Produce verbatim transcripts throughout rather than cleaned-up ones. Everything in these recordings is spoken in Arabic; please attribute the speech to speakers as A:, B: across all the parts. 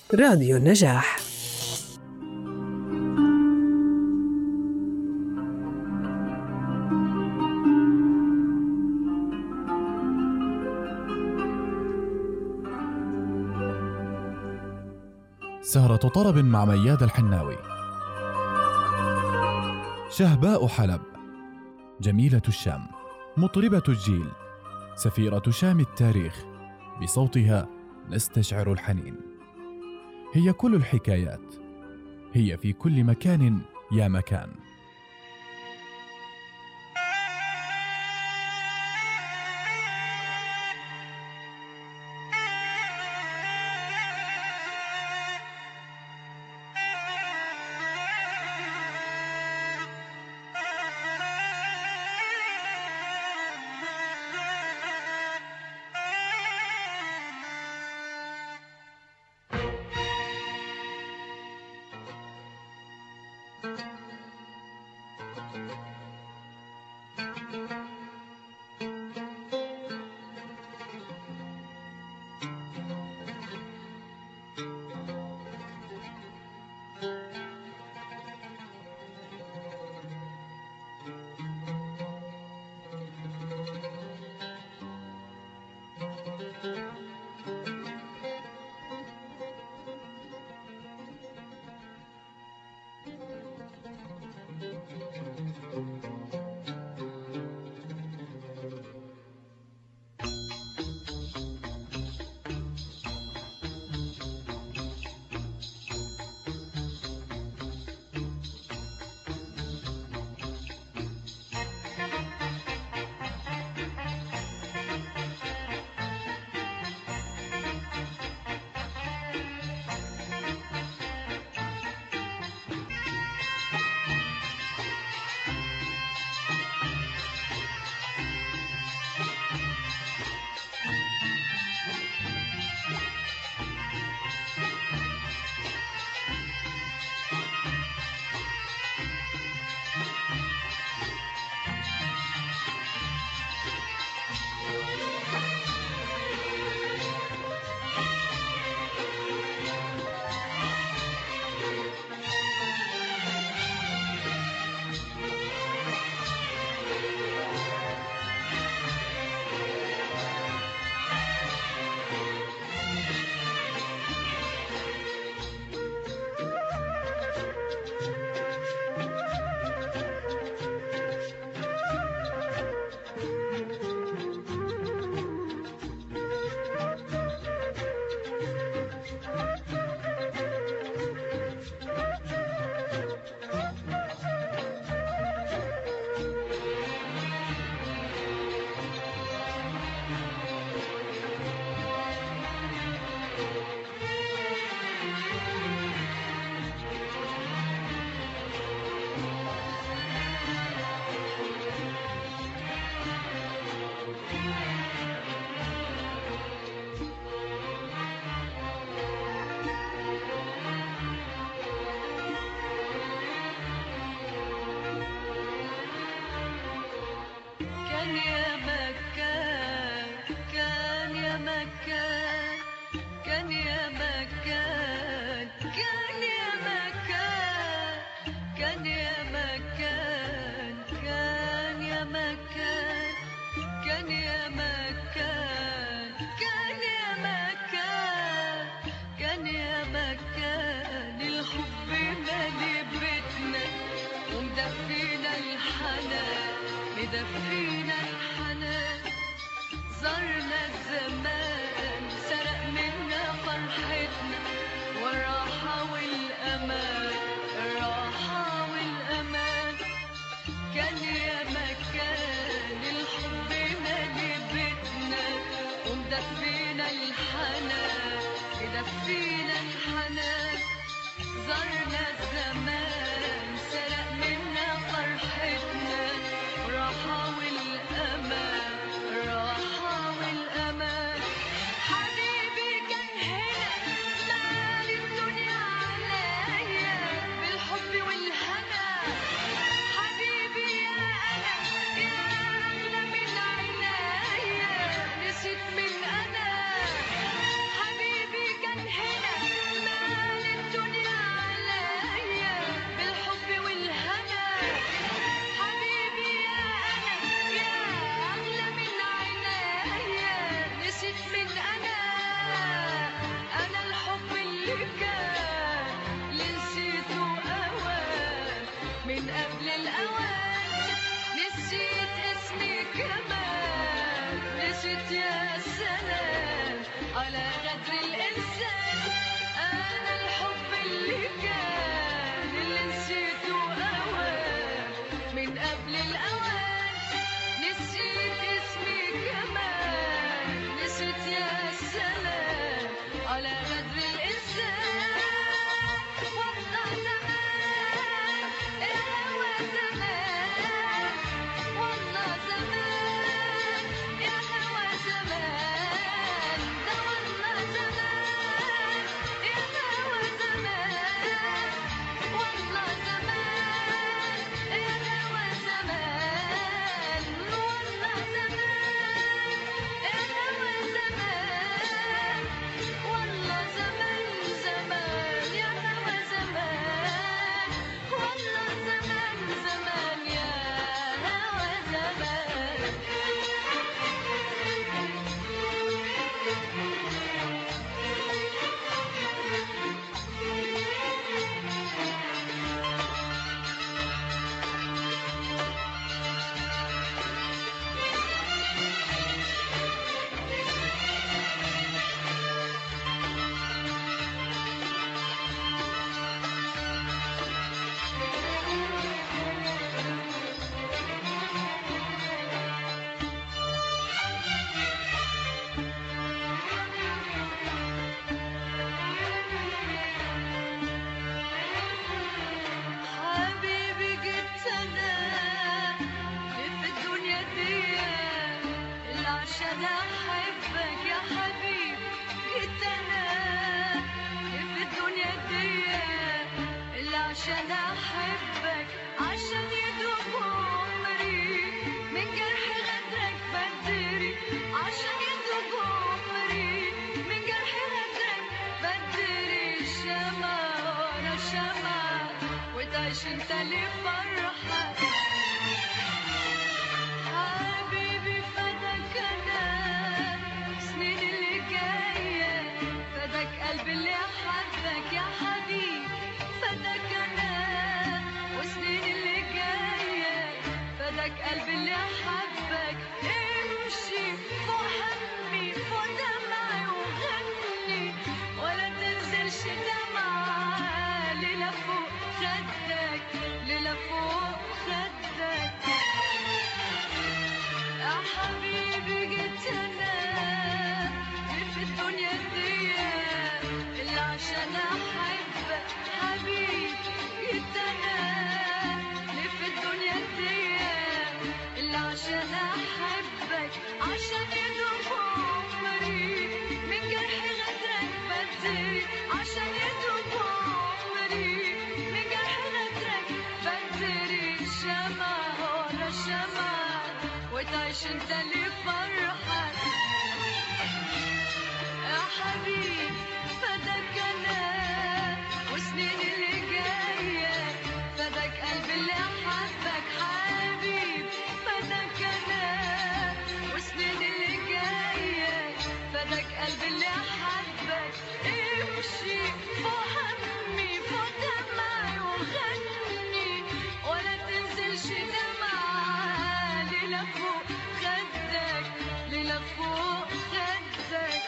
A: راديو النجاح.
B: سهرة طرب مع مياد الحناوي. شهباء حلب، جميلة الشام، مطربة الجيل، سفيرة شام التاريخ، بصوتها نستشعر الحنين. هي كل الحكايات، هي في كل مكان يا مكان.
C: دفينا الحنان زرنا الزمان سرق منا فرحتنا والراحة والأمان الراحة والأمان كان يا مكان الحب مالي بيتنا ومدفينا الحنان مدفينا الحنان زرنا الزمان سرق منا فرحتنا الراحة والأمان الراحة والأمان حبيبي كان هنا مال الدنيا عليا بالحب والهنا حبيبي يا أنا يا أغلى من عنايا نسيت من أنا حبيبي كان هنا غدر الإنسان. أنا الحب اللي كان اللي نسيته أوان من قبل الأوان. نسيت اسمي كمان، نسيت يا سلام على غدر الإنسان. والله زمان يا هوا زمان، والله زمان يا هوا زمان، ده والله زمان يا هوا زمان، والله زمان يا هوا زمان، والله زمان يا هوا زمان، والله زمان زمان يا هوا زمان، والله زمان زمان يا هوا زمان. حبيبي جيت أنا في الدنيا دي اللي عشان أحبك يا حبيبي. جيت أنا في الدنيا دي اللي عشان أحبك، عشان يدوب عمري من جرح غدرك بدري، عشان يدوب عمري من جرح غدرك بدري. شمعة ورا شمعة وتعيش انت لفرحة. حبيبي فداك انا سنين اللي جاية، فداك قلبي اللي حبك يا حبيبي. فداك انا وسنين اللي جاية، فداك قلبي اللي حبك. امشي فوق همي فوق دمعي وغني، ولا تنزلش دمعة ليلة فوق خدك، ليلة فوق خدك. يا حبيبي جيت أنا في الدنيا دي اللي عشان أحبك حبيبي. جيت أنا في الدنيا دي اللي عشان أحبك، عشان يدوب عمري من جرح غدرك بدري، عشان يدوب عمري من جرح غدرك بدري. شمعة ورا شمعة وتعيش انت لفرحك. يا حبيبي فداك انا وسنين اللي جاية، فداك قلبي اللي حبك حبيبي. فداك انا وسنين اللي جاية، فداك قلبي اللي حبك. امشي فوق همي فوق دمعي وغني، ولا تنزلش دمعة ليلة فوق خدك، ليلة فوق خدك.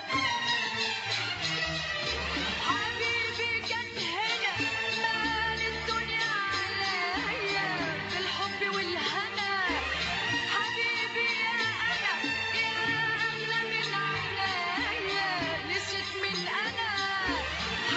C: حبيبي جت هنا مال الدنيا عليا بالحب والهنا. حبيبي يا أنا يا أغلى من عينيا، نسيت من أنا.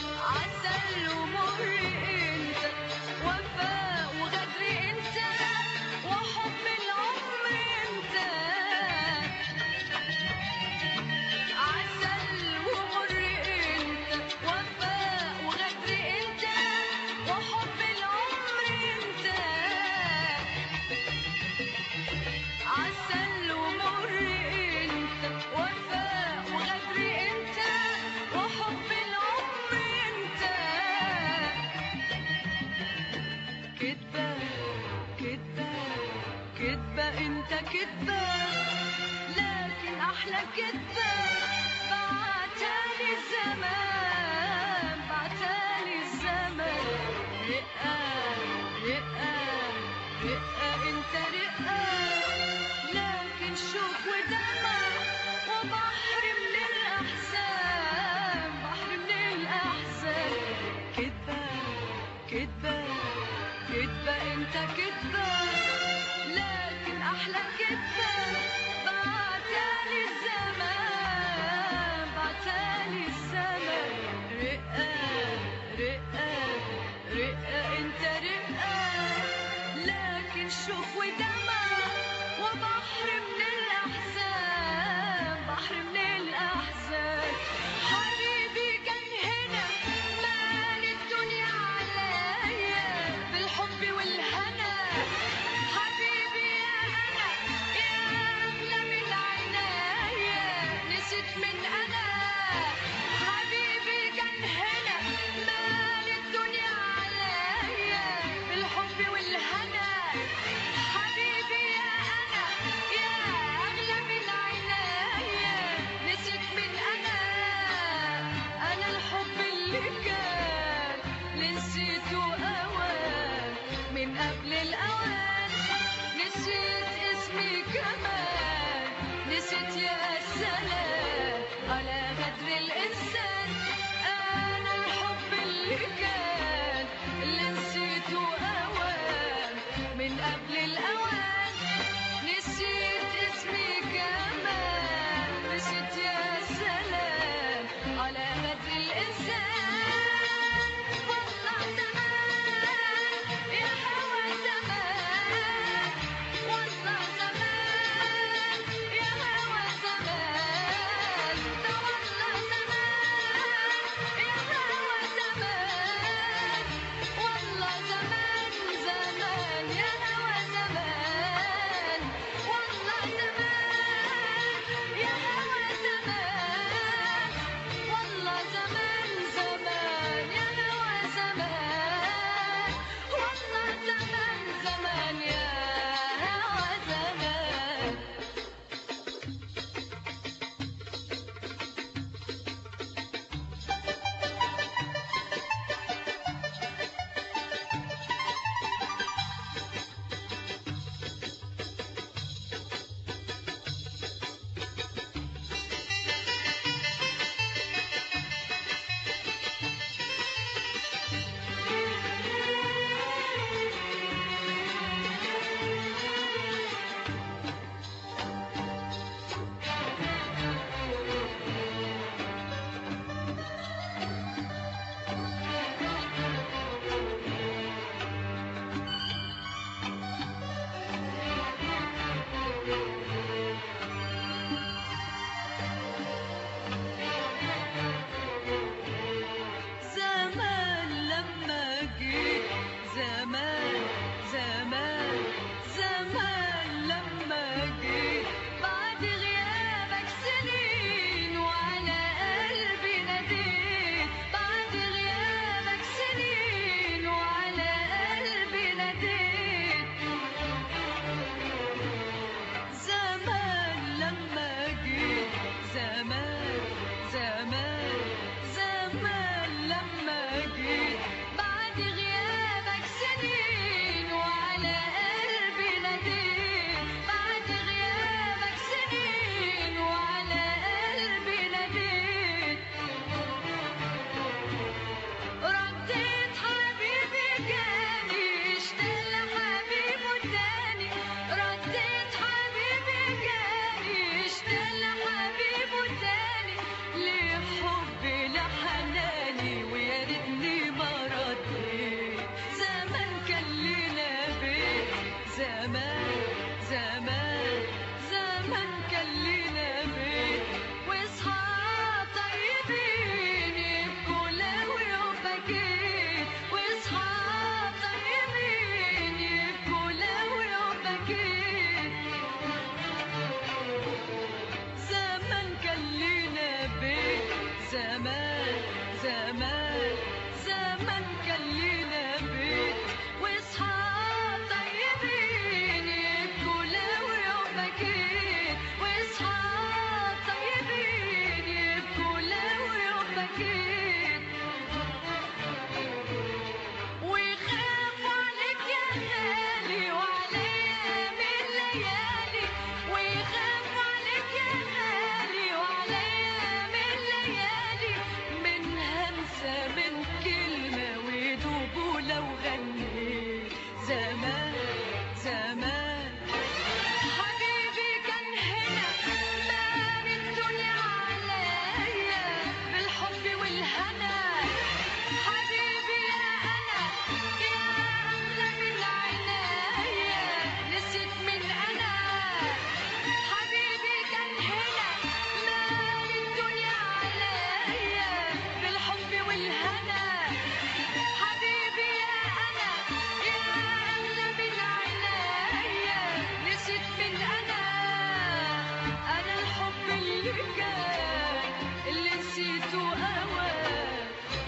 C: عسل ومر انت، وفاء وغدر انت، وحب العمر انت. عسل ومر انت، وفاء وغدر انت، وحب العمر انت. عسل ومر انت، وفاء وغدر انت، وحب العمر انت. كدبة كدبة كدبة انت كدبة، لكن احلى كدبة بعتالي الزمان، بعتالي الزمان. رقة رقة رقة انت رقة، لكن شوق ودمع وبحر من الاحزان، بحر من الاحزان. كدبة كدبة كدبة انت كدبة، لكن احلى كدبة بعتالي الزمان، بعتالي الزمان. رقة رقة رقة انت رقة، لكن شوق ودمع وبحر من الاحزان، بحر من الاحزان. حبيبي كان هنا مال الدنيا عليا بالحب والهنا. حبيبي يا انا يا اغلى من عنايا، نسيت من انا. حبيبي كان هنا مال الدنيا عليا بالحب والهنا. حبيبي يا انا يا اغلى من عنايا، نسيت من انا. انا الحب اللي كان اللي نسيته اوان من قبل الاوان. نسيت اسمي كمان، نسيت يا سلام على غدر الانسان. انا الحب اللي كان اللي نسيته اوان من قبل الاوان. نسيت اسمي كمان، نسيت يا سلام على غدر الانسان. والله زمان يا هوى زمان، والله زمان يا هوى زمان، ده والله زمان يا هوى زمان.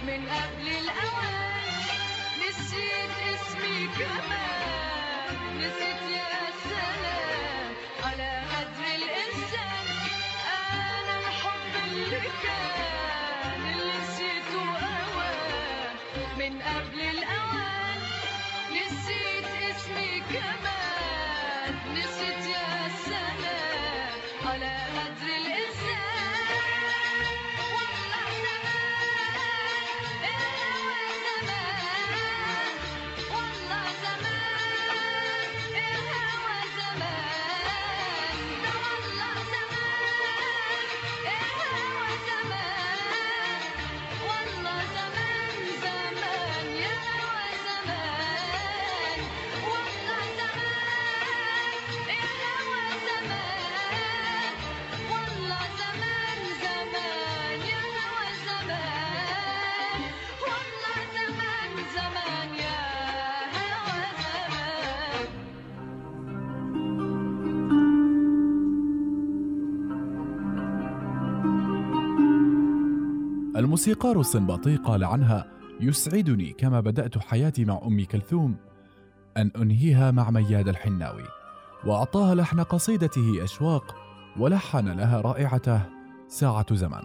C: من قبل الأوان نسيت اسمي كمان نسيت يا سلام على قدر الإنسان أنا الحب اللي كان اللي نسيته أوان من قبل الأوان نسيت اسمي كمان نسيت يا سلام على قدر الإنسان والله زمان الهوى زمان والله زمان الهوى زمان ده والله زمان الهوى زمان والله زمان زمان يا هوى زمان والله زمان الهوى زمان والله زمان زمان يا هوى زمان والله زمان زمان يا هوى زمان
B: الموسيقار السنباطي قال عنها: يسعدني كما بدأت حياتي مع أم كلثوم أن أنهيها مع مياد الحناوي. وأعطاها لحن قصيدته أشواق، ولحن لها رائعته ساعة زمن.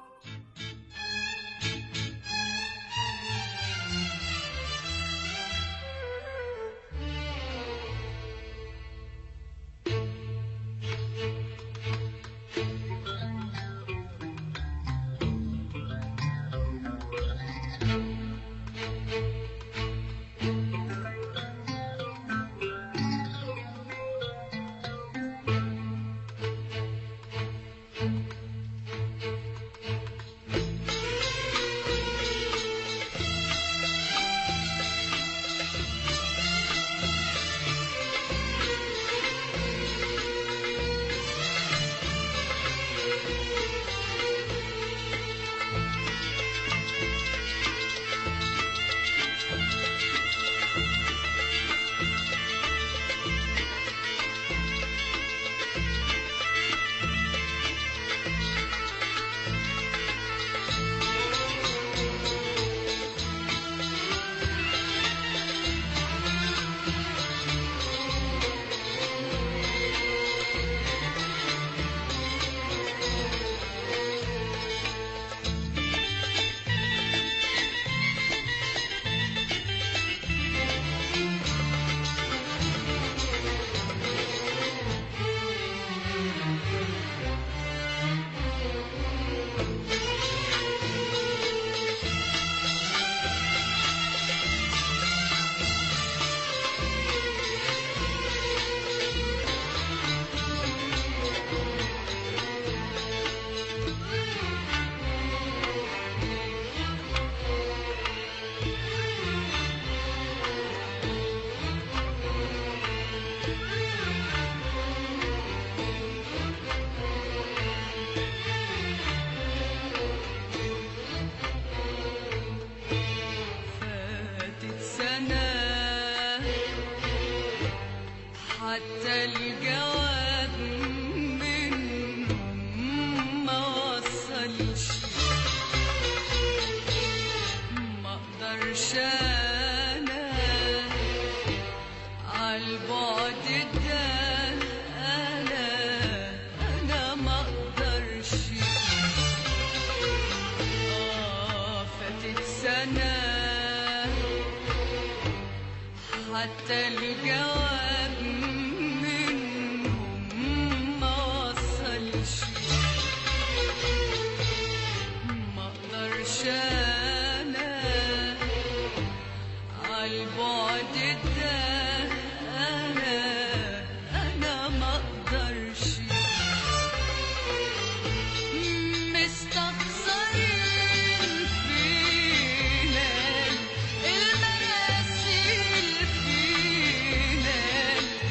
C: حتى الجواب منهم ما وصلش ما اقدرش انا عالبعد ده انا انا ما اقدرش اه فاتت سنة حتى الجواب منهم ما وصلش ما اقدرش انا عالبعد ده انا انا ما اقدرش مستخسرين فينا المراسيل فينا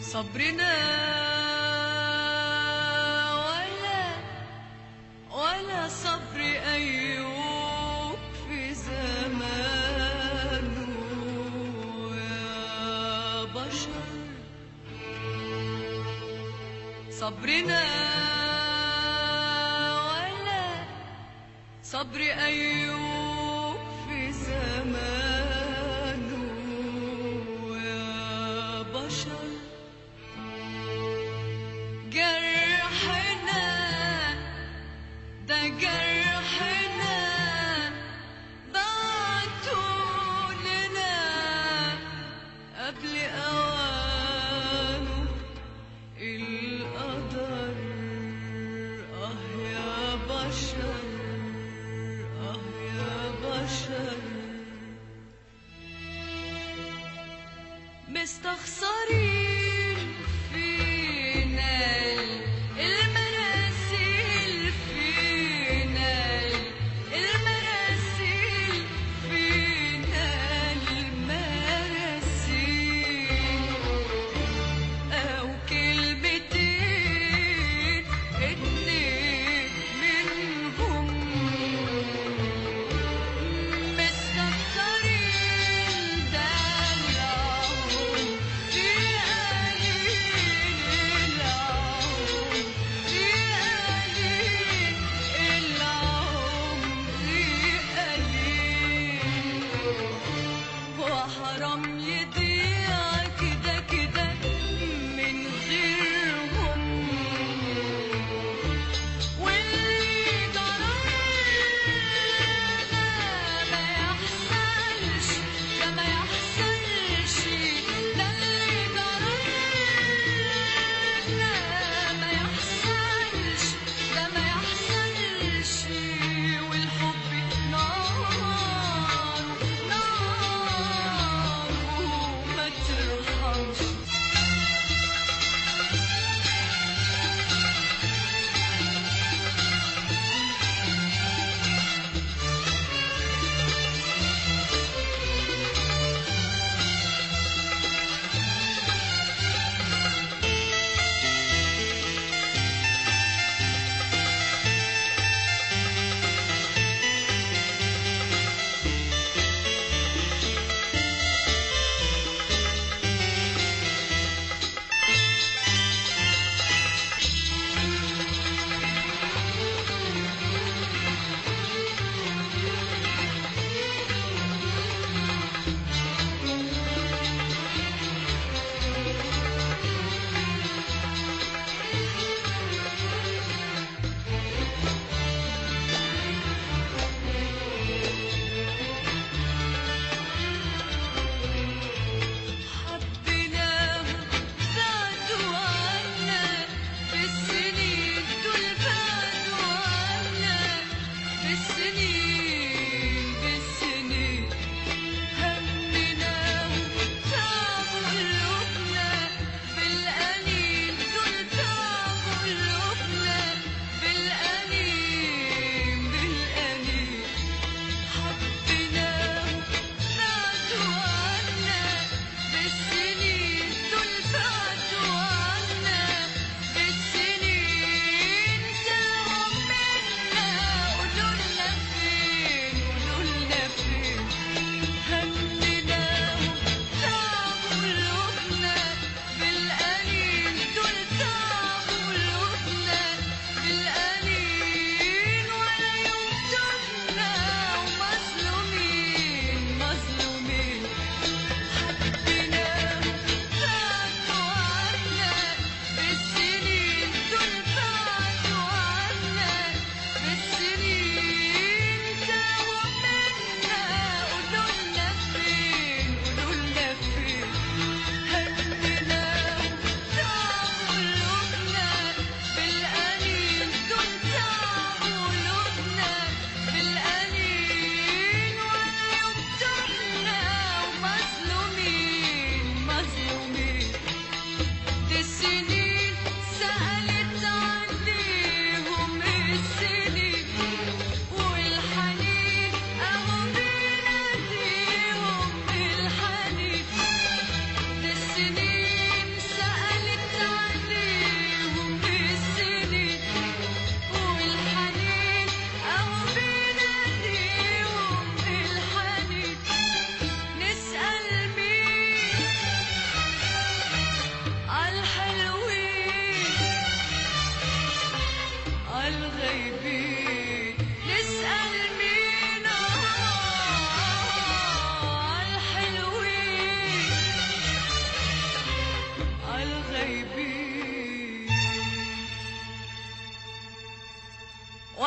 C: صبرنا ولا ولا صبر أيوب في زمانه يا بشر. صبرنا ولا صبر أيوب في زمانه يا بشر. جرحنا ده جرحنا بعتوا لنا قبل أوانه القدر. آه يا بشر آه يا بشر مستخسرين فينا المراسيل فينا المراسيل فينا المراسيل أو كلمتين اتنين منهم مستخسرين دلعهم في قليل العمر في قليل العمر قليل وحرام يضيع كده كده من غيرهم. واللي جرالنا ما يحصلش ده ما يحصلش ده اللي جرالنا ما يحصلش ده ما يحصلش. والحب نار نار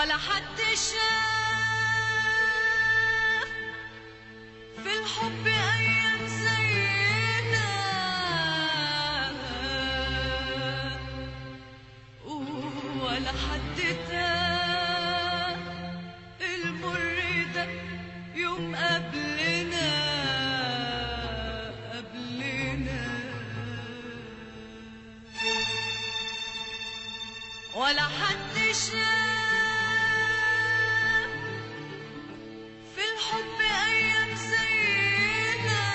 C: ولا حد شاف في الحب أيام زينا، ولا حد تاه المر ده يوم قبلنا قبلنا، ولا حد شاف في الحب أيام زينا،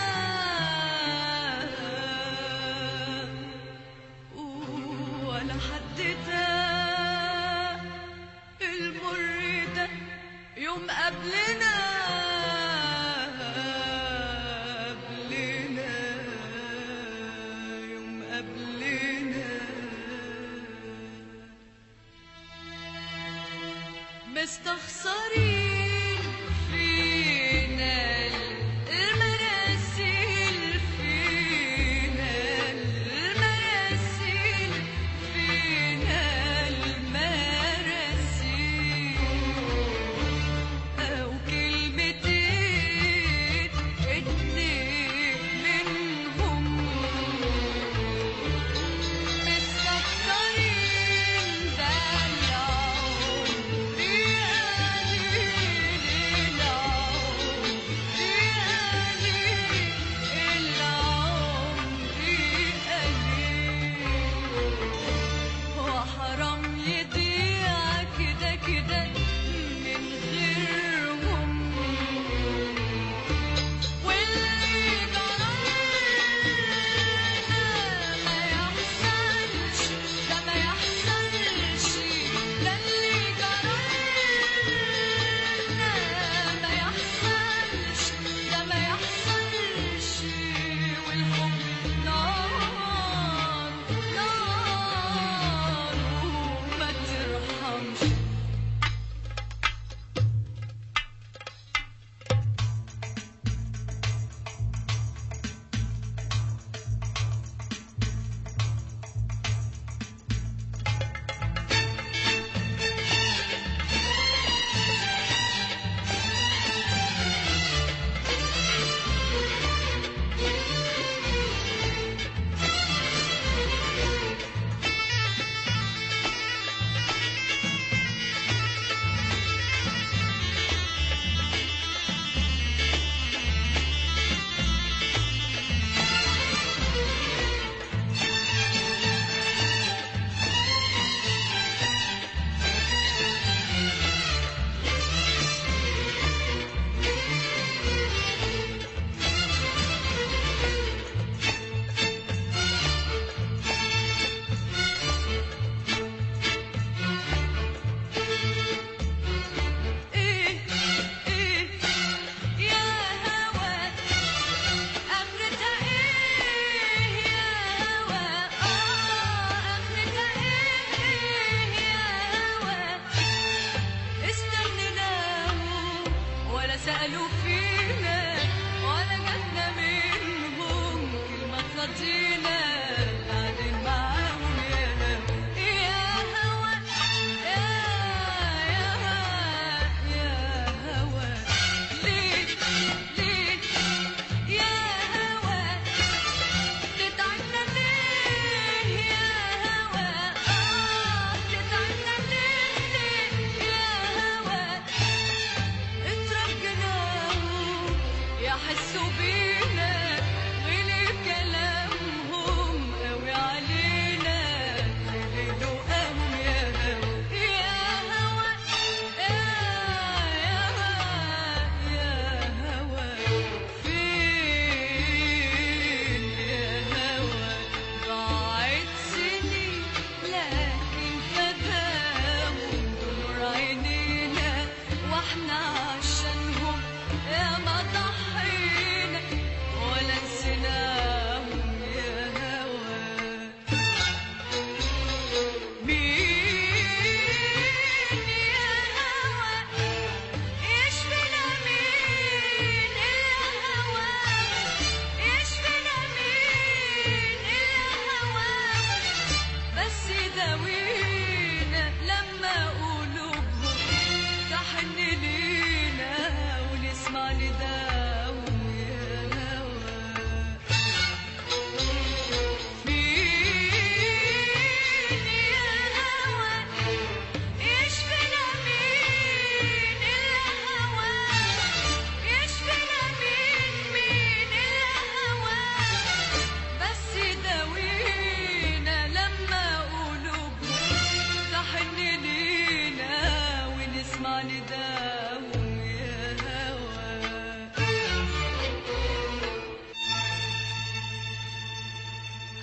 C: ولا حد تاه المر ده يوم قبلنا قبلنا يوم قبلنا. مستخسرين فينا المراسيل، فينا المراسيل، فينا المراسيل، أو كلمتين اتنين منهم. مستخسرين ده العمر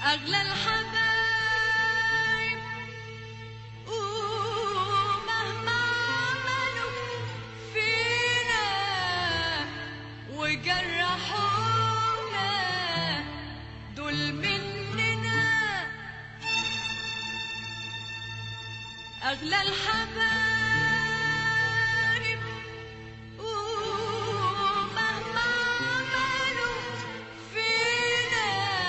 C: أغلى الحبايب ومهما عملوا فينا وجرحونا دول مننا. أغلى الحبايب ومهما عملوا فينا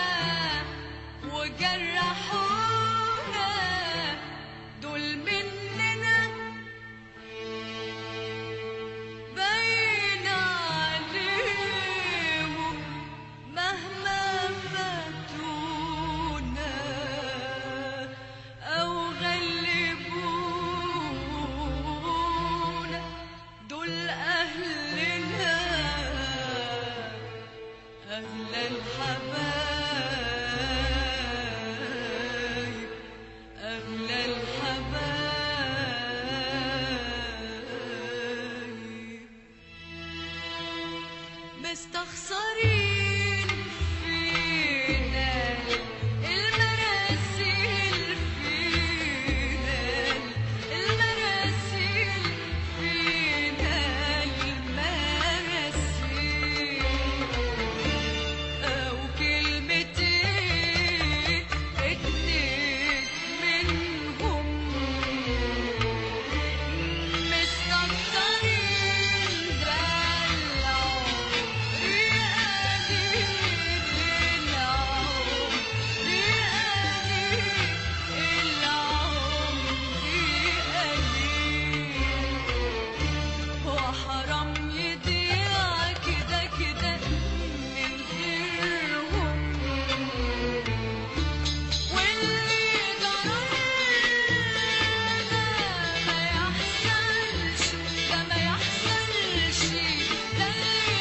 C: وجرحونا دول مننا. باين عليهم مهما فاتونا أو غلبونا دول أهلنا. أغلى الحبايب أغلى الحبايب مستخسرين فينا المراسيل فينا المراسيل فينا المراسيل أو كلمتين اتنين منهم مستكترين دلعوا ريقاني العمر ريقاني العمر ريقاني وحرام يضيع كده كده من غيرهم. واللي جرالنا ما يحصلش ده ما يحصلش ده اللي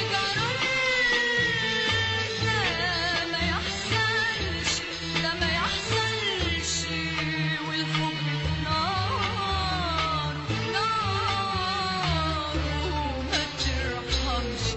C: جرالنا ما يحصلش ده ما يحصلش. والحب نار نار وما ترحمش.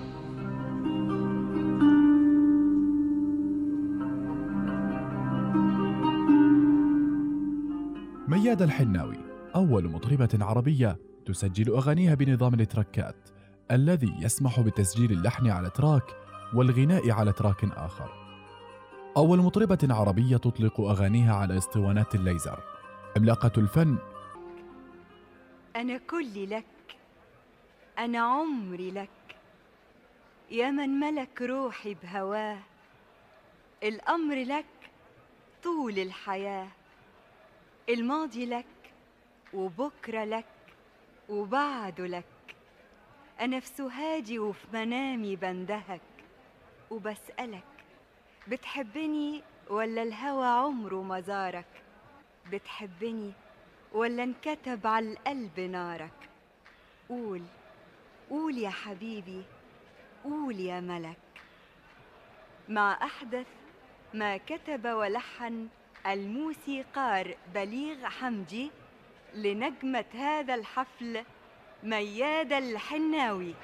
B: ميادة الحناوي أول مطربة عربية تسجل أغانيها بنظام التراكات الذي يسمح بتسجيل اللحن على تراك والغناء على تراك آخر. أول مطربة عربية تطلق أغانيها على اسطوانات الليزر. عملاقة الفن.
A: أنا كلي لك، أنا عمري لك، يا من ملك روحي بهواه، الأمر لك طول الحياة، الماضي لك وبكرة لك وبعده لك. أنا في سهادي وفي منامي بندهك وبسألك، بتحبني ولا الهوى عمره ما زارك؟ بتحبني ولا انكتب على القلب نارك؟ قول قول يا حبيبي، قول يا ملك. مع أحدث ما كتب ولحن الموسيقار بليغ حمدي لنجمة هذا الحفل ميادة الحناوي.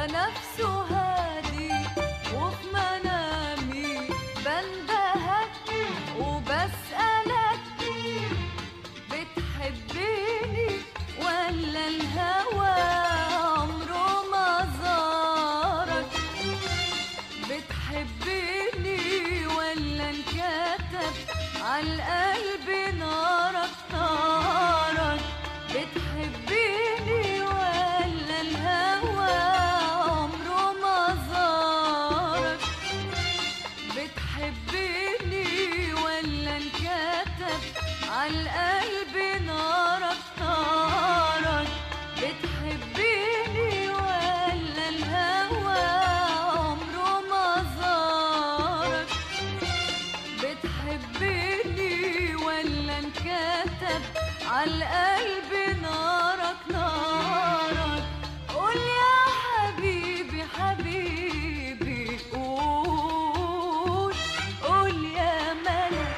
A: أنا في سهادي وفي منامي بندهك وبسألك بتحبيني ولا الهوى عمره ما زارك؟ بتحبيني ولا انكتب عالقلب نارك نارك؟ بتحبيني ولا الهوى عمره ما زارك؟ بتحبيني ولا انكتب عالقلب نارك نارك؟ بتحبيني ولا الهوى عمره ما زارك؟ بتحبيني ولا انكتب عالقلب نارك نارك؟ قول يا حبيبي حبيبي قول قول يا ملك.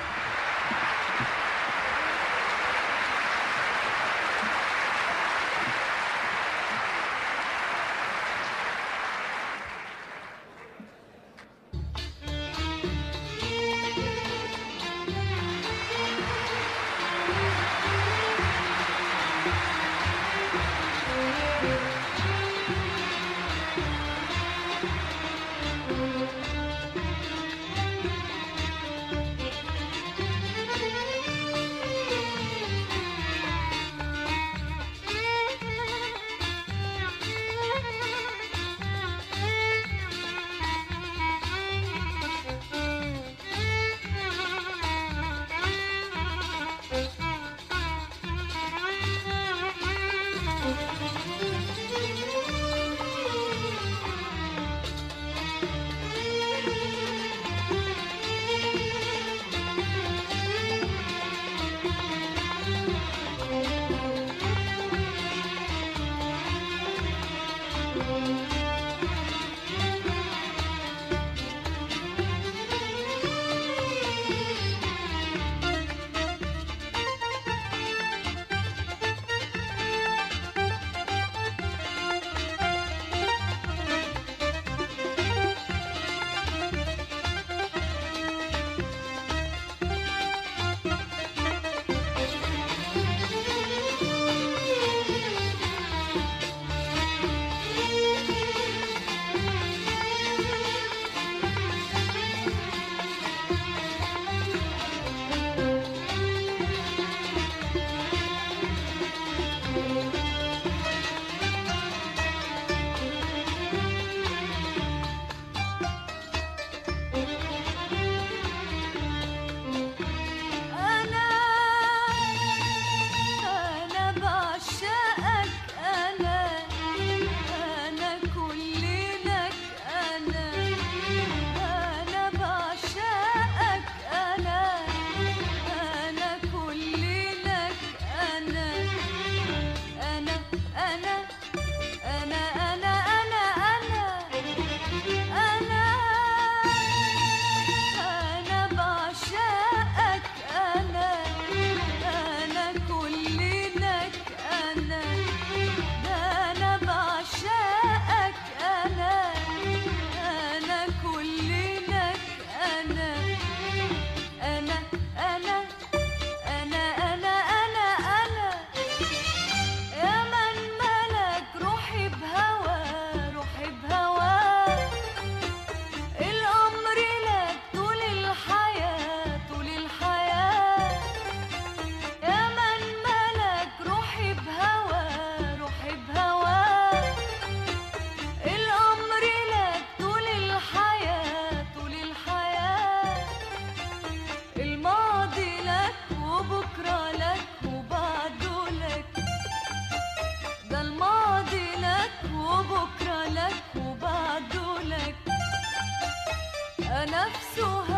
A: أنا في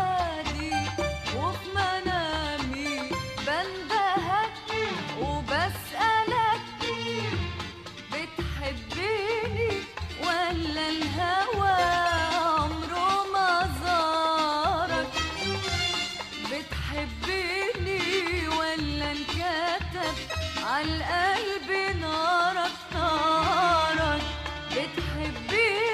A: سهادي وفي منامي بندهك وبسألك بتحبيني ولا الهوى عمره ما زارك؟ بتحبيني ولا انكتب عالقلب نارك نارك؟ بتحبيني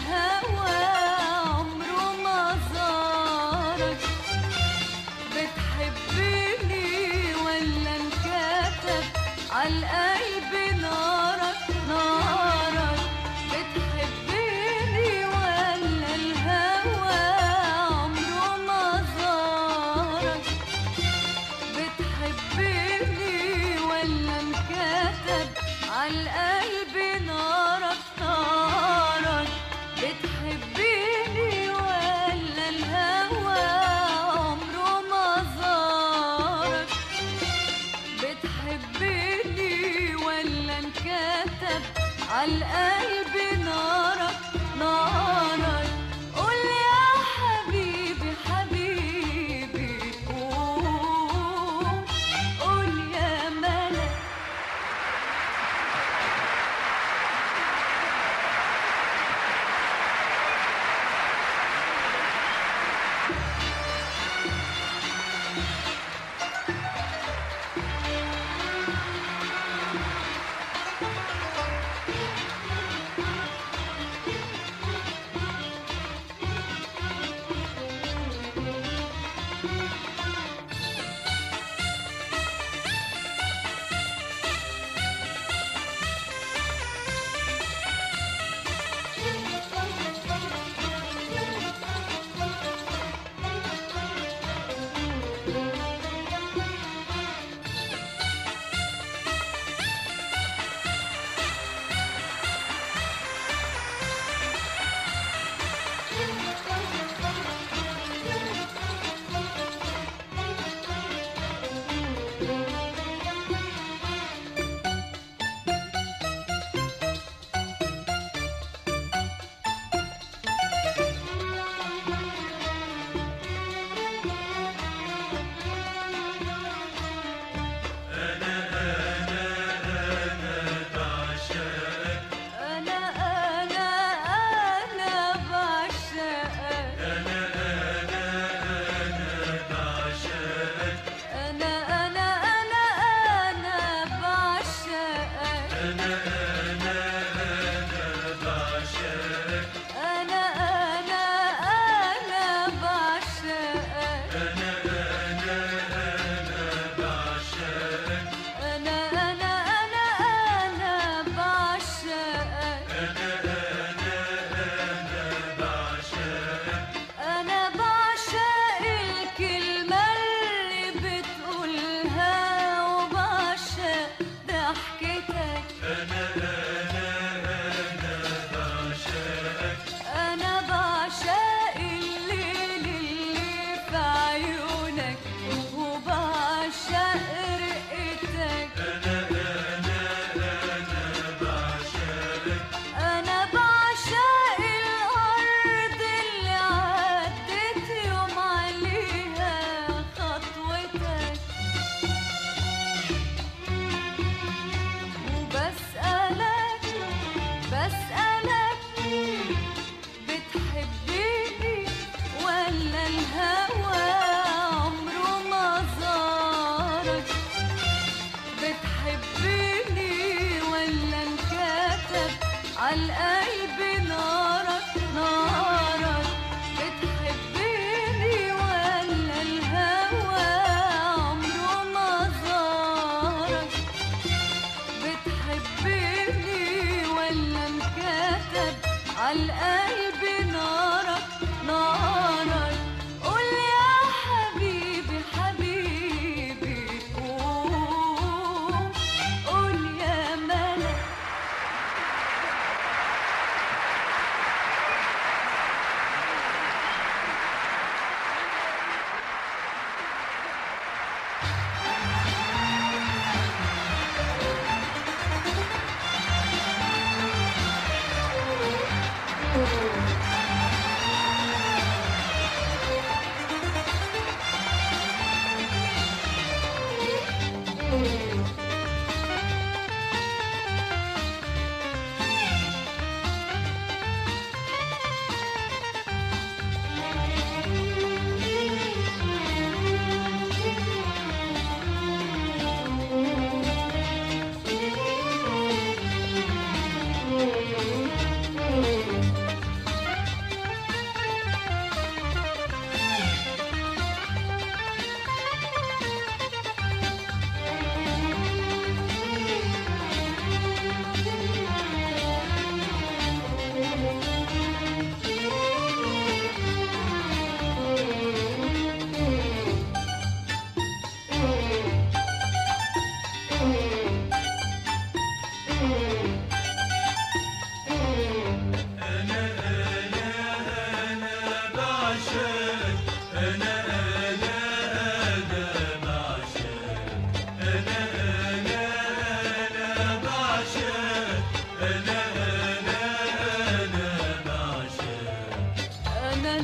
A: الهوى عمره ما زارك، بتحبني ولا انكتب عالقلب نارك نارك، بتحبني ولا الهوى عمره ما زارك، بتحبني ولا انكتب عالقلب نارك نارك، بتحبني ولا الهوى عمره ما زارك، بتحبني ولا انكتب عالقلب نارك نارك. قول يا حبيبي حبيبي قول، قول يا ملك. أنا أنا أنا بعشقك، أنا أنا أنا أنا بعشقك، أنا أنا أنا بعشقك، أنا أنا أنا أنا بعشقك، أنا بعشق الكلمة اللي بتقولها وبعشق ضحكتك، أنا بعشق الليل اللي في عيونك وبعشق رقتك، أنا بعشق الأرض اللي عدت يوم عليها خطوتك، وبسألك بسألك بتحبني ولا الهوى عمره ما زارك، بتحبني ولا انكتب عالقلب نارك نارك، بتحبني ولا الهوى عمره ما زارك، بتحبني ولا انكتب عالقلب نارك نارك. قول يا حبيبي حبيبي قول، قول يا ملك.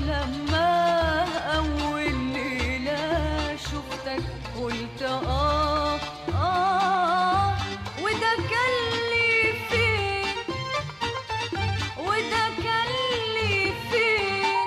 A: لما أول ليلة شفتك قلت آه آه وده كان لي فين وده كان لي فين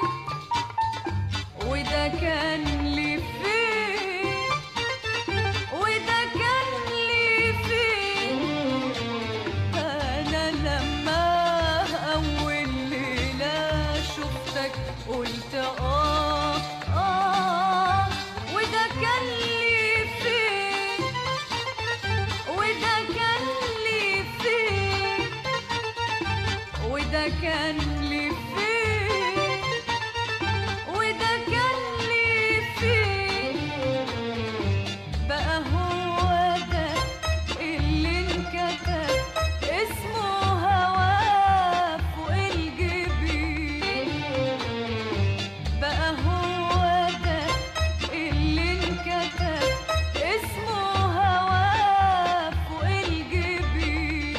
A: وده كان لي فين وده كان لي فين أنا لما أول ليلة شفتك قلت آه آه وده كان لي فين وده كان لي فين وده كان لي فين وده كان لي فين بقى هو ده اللي انكتب اسمه هوا فوق الجبين بقى هو ده اللي انكتب اسمه هوا فوق الجبين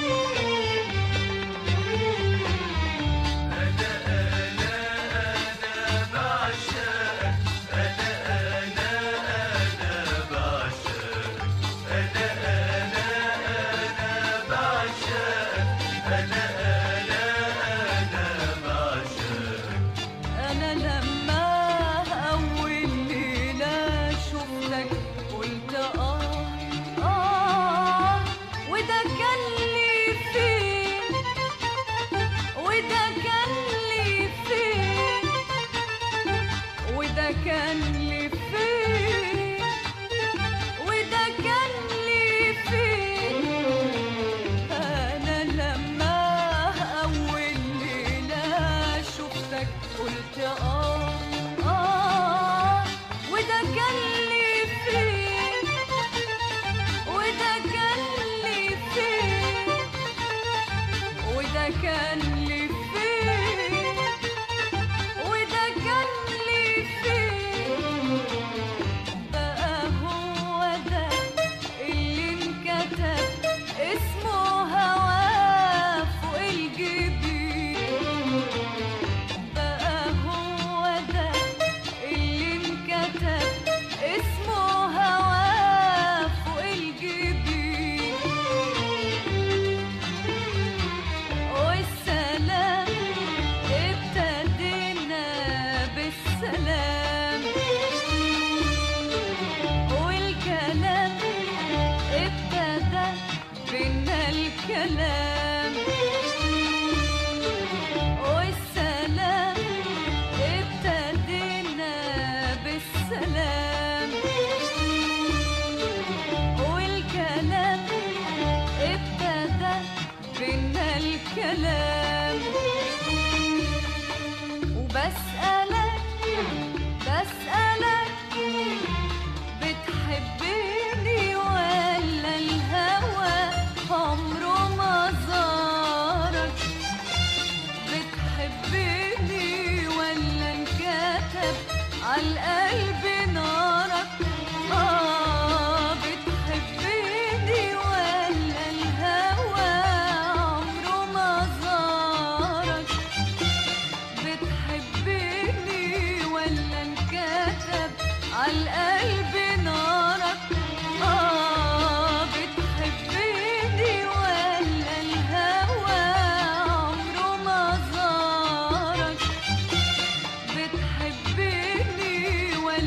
A: أنا لما أول ليلة شفتك قلت آه آه وده كان لي فين وده كان لي فين وده كان لي فين وده كان لي فين أنا لما أول ليلة شفتك قلت آه آه وده كان لي فين وده كان لي فين وده كان لي فين وده كان لي فين بقى هو ده اللي انكتب اسمه هوا فوق الجبين بقى هو ده اللي انكتب اسمه هوا فوق الجبين والسلام ابتدينا بالسلام والكلام ابتدى بينا الكلام والسلام ابتدينا بالسلام والكلام ابتدى بينا الكلام وبسألك بسألك بتحبني ولا الهوى عمره ما زارك بتحبني ولا انكتب عالقلب نارك آه بتحبني ولا الهوى عمره ما زارك بتحبني ولا انكتب عالقلب نارك آه بتحبني ولا الهوى عمره ما زارك بتحبني ولا الهوى عمره ما زارك بتحبني ولا الهوى عمره ما زارك بتحبني ولا الهوى عمره ما زارك بتحبني ولا الهوى عمره ما زارك ولا انكتب عالقلب نارك آه بتحبني ولا الهوى عمره ما زارك بتحبني ولا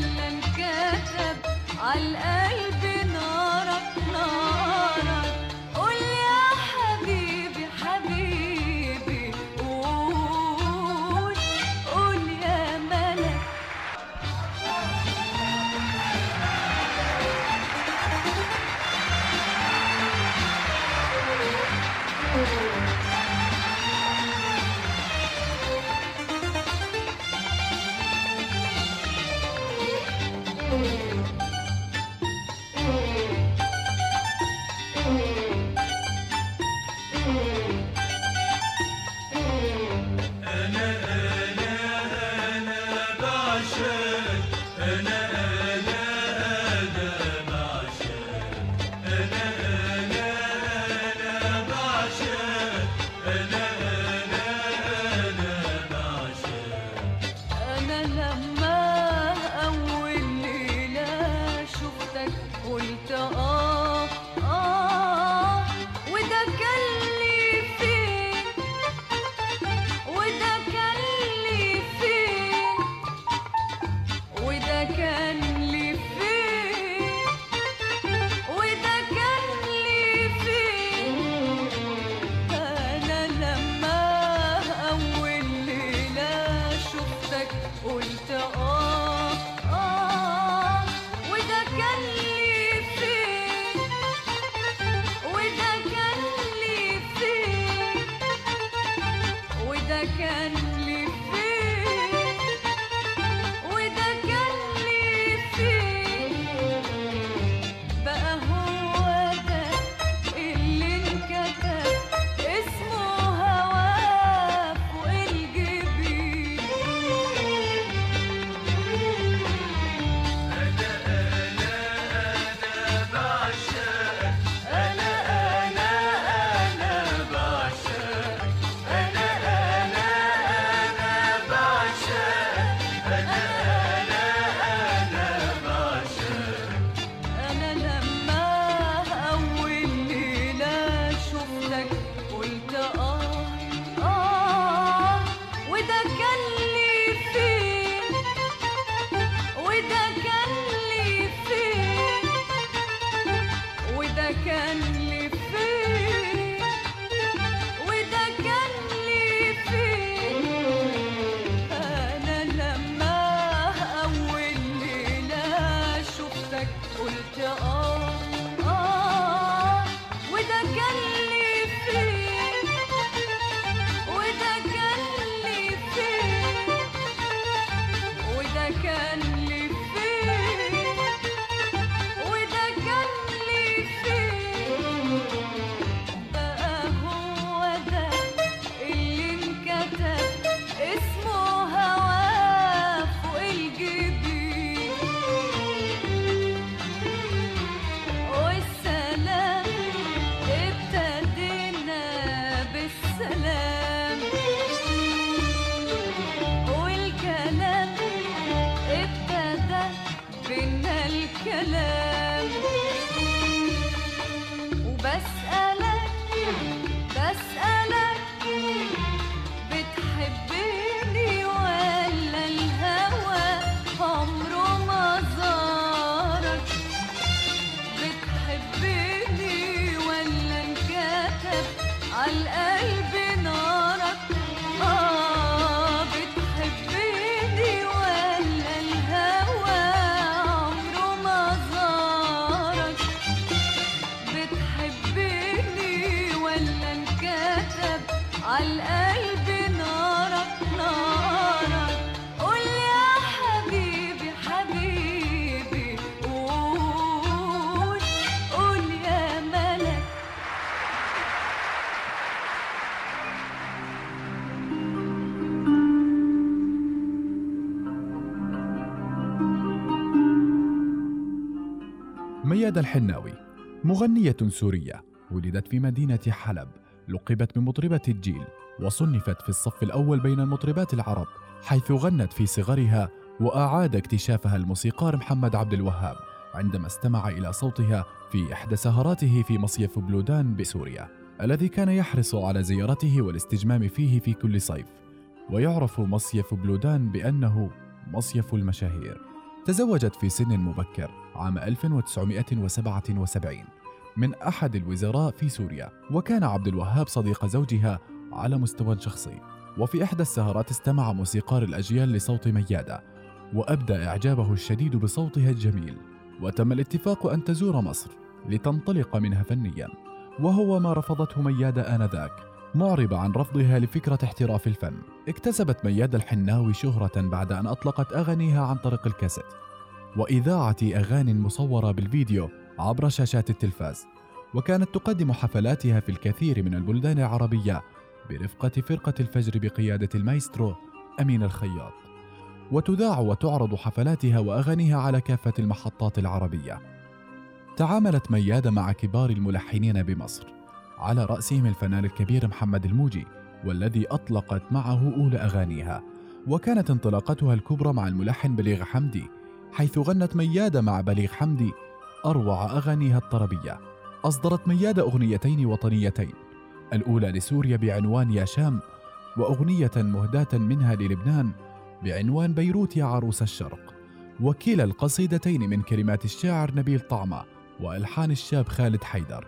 B: ميادة الحناوي مغنية سورية ولدت في مدينة حلب، لقبت بمطربة الجيل، وصنفت في الصف الأول بين المطربات العرب، حيث غنت في صغرها وأعاد اكتشافها الموسيقار محمد عبد الوهاب عندما استمع إلى صوتها في إحدى سهراته في مصيف بلودان بسوريا، الذي كان يحرص على زيارته والاستجمام فيه في كل صيف، ويعرف مصيف بلودان بأنه مصيف المشاهير. تزوجت في سن مبكر عام ألف وتسعمائة وسبعة وسبعين من أحد الوزراء في سوريا، وكان عبد الوهاب صديق زوجها على مستوى شخصي. وفي إحدى السهرات استمع موسيقار الأجيال لصوت ميادة، وأبدى إعجابه الشديد بصوتها الجميل، وتم الاتفاق أن تزور مصر لتنطلق منها فنيا، وهو ما رفضته ميادة آنذاك، معربة عن رفضها لفكرة احتراف الفن. اكتسبت ميادة الحناوي شهرة بعد أن أطلقت أغانيها عن طريق الكاسيت وإذاعة أغاني مصورة بالفيديو عبر شاشات التلفاز، وكانت تقدم حفلاتها في الكثير من البلدان العربية برفقة فرقة الفجر بقيادة المايسترو أمين الخياط، وتذاع وتعرض حفلاتها وأغانيها على كافة المحطات العربية. تعاملت ميادة مع كبار الملحنين بمصر، على رأسهم الفنان الكبير محمد الموجي، والذي أطلقت معه أولى أغانيها، وكانت انطلاقتها الكبرى مع الملحن بليغ حمدي، حيث غنت ميادة مع بليغ حمدي أروع أغانيها الطربية. أصدرت ميادة أغنيتين وطنيتين، الأولى لسوريا بعنوان يا شام، وأغنية مهداة منها للبنان بعنوان بيروت يا عروس الشرق، وكلا القصيدتين من كلمات الشاعر نبيل طعمة وألحان الشاب خالد حيدر.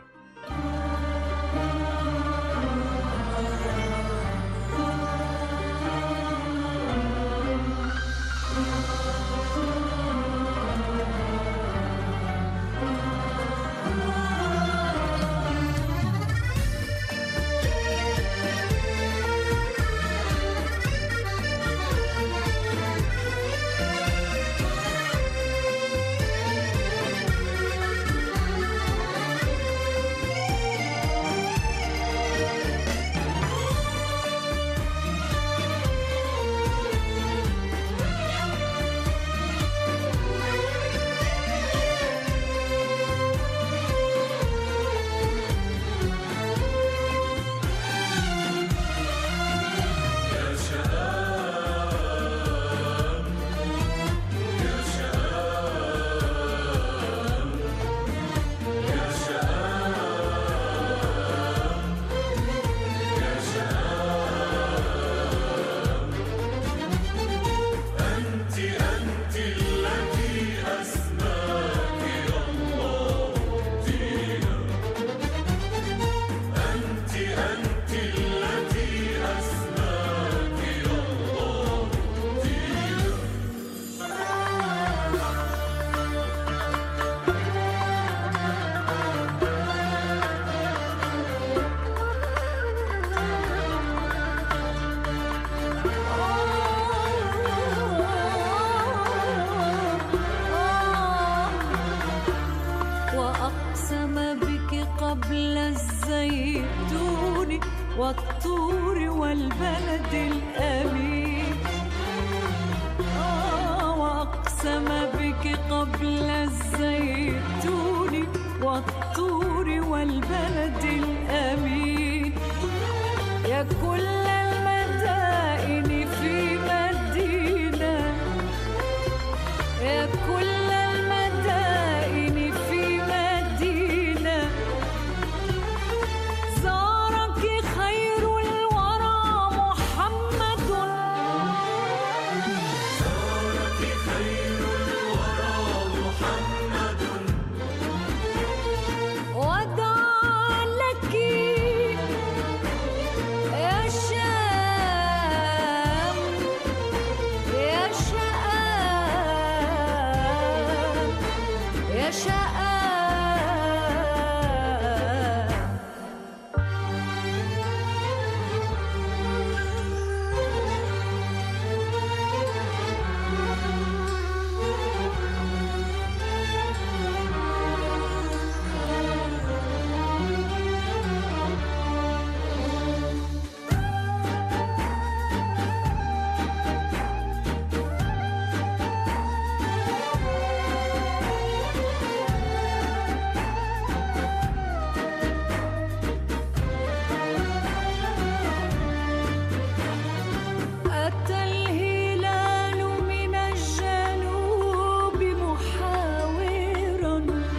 A: أتى الهلال من الجنوب محاورا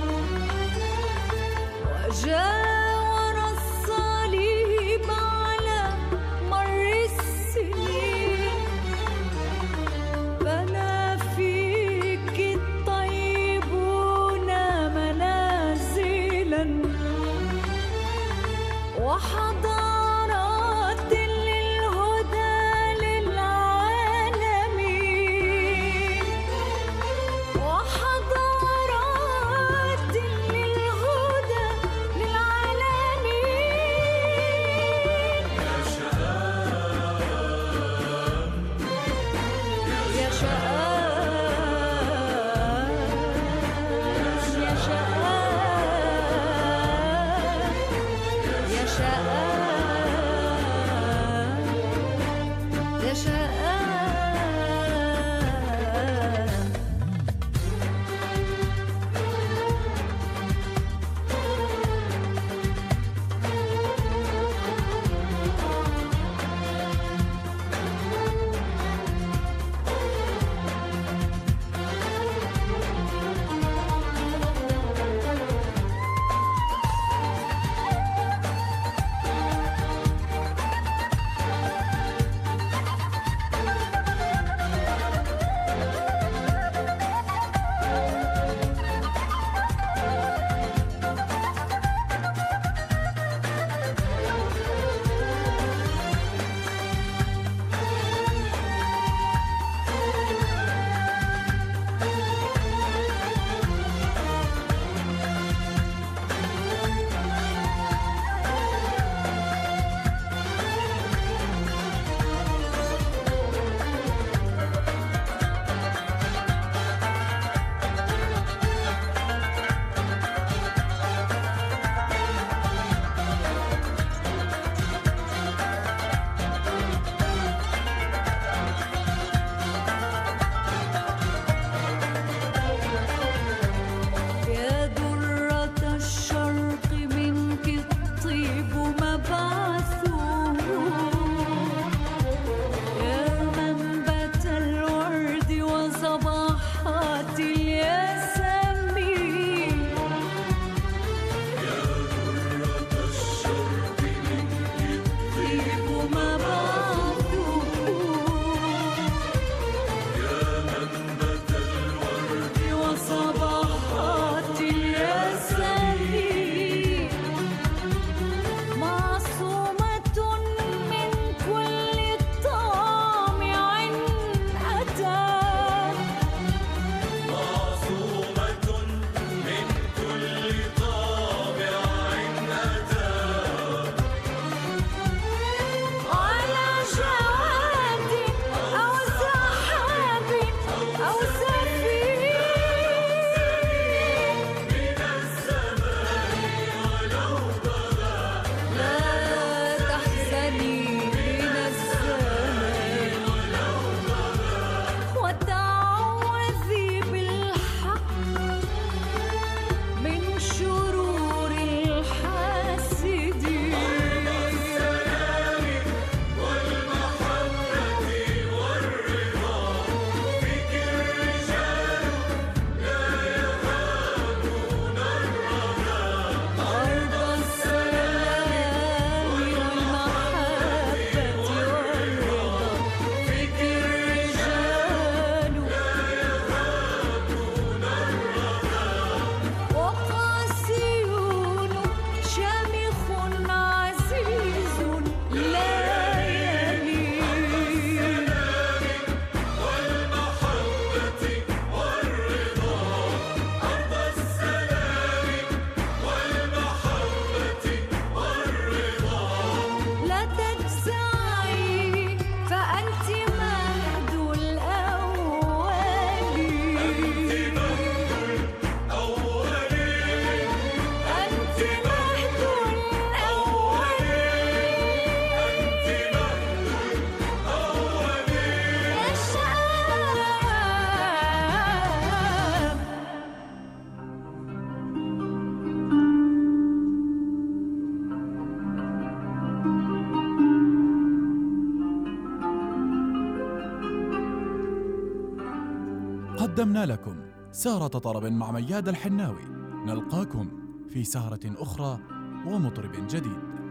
A: وجاور الصليب على مر السنين، بنى فيك الطيبون منازلا وحضارات للهدى للعالم
B: قدمنا لكم سهرة طرب مع مياد الحناوي. نلقاكم في سهرة أخرى ومطرب جديد.